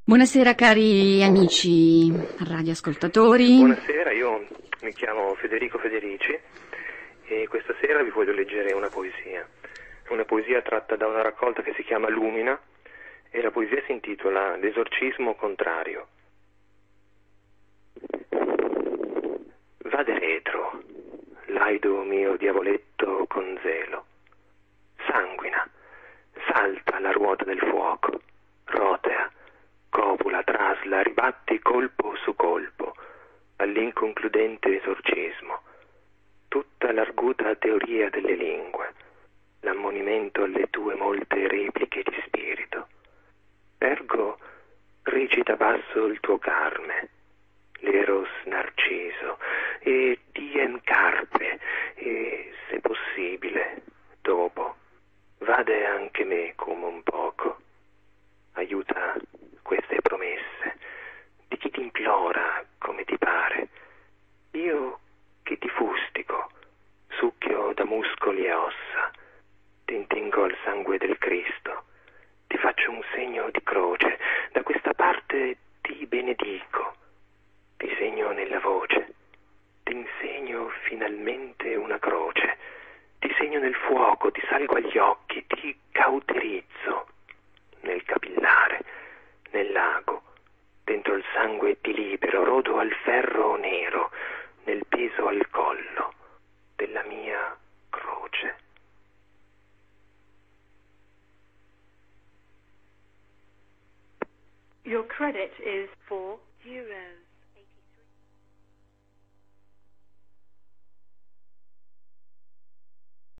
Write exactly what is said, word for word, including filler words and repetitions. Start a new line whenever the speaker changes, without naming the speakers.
Buonasera cari amici radioascoltatori.
Buonasera, io mi chiamo Federico Federici e questa sera vi voglio leggere una poesia. Una poesia tratta da una raccolta che si chiama Lumina e la poesia si intitola L'esorcismo contrario. Vade retro, laido mio diavoletto con zelo. Sanguina, salta la ruota del fuoco, rotea, copula, trasla, ribatti colpo su colpo all'inconcludente esorcismo. Tutta l'arguta teoria delle lingue, l'ammonimento alle tue molte repliche di spirito. Ergo, recita basso il tuo carme, l'eros narciso, e diem carpe, e se possibile, dopo, vade anche me come un poco. Aiuta queste promesse di chi ti implora come ti pare. Io che ti fustico, succhio da muscoli e ossa, ti intingo al sangue del Cristo, ti faccio un segno di croce, da questa parte ti benedico, ti segno nella voce, ti insegno finalmente una croce, ti segno nel fuoco, ti salgo agli occhi, ti cauterizzo nel capillare, nel lago, dentro il sangue ti libero, rodo al ferro nero, nel peso al collo della mia croce.
Your credit is four euros.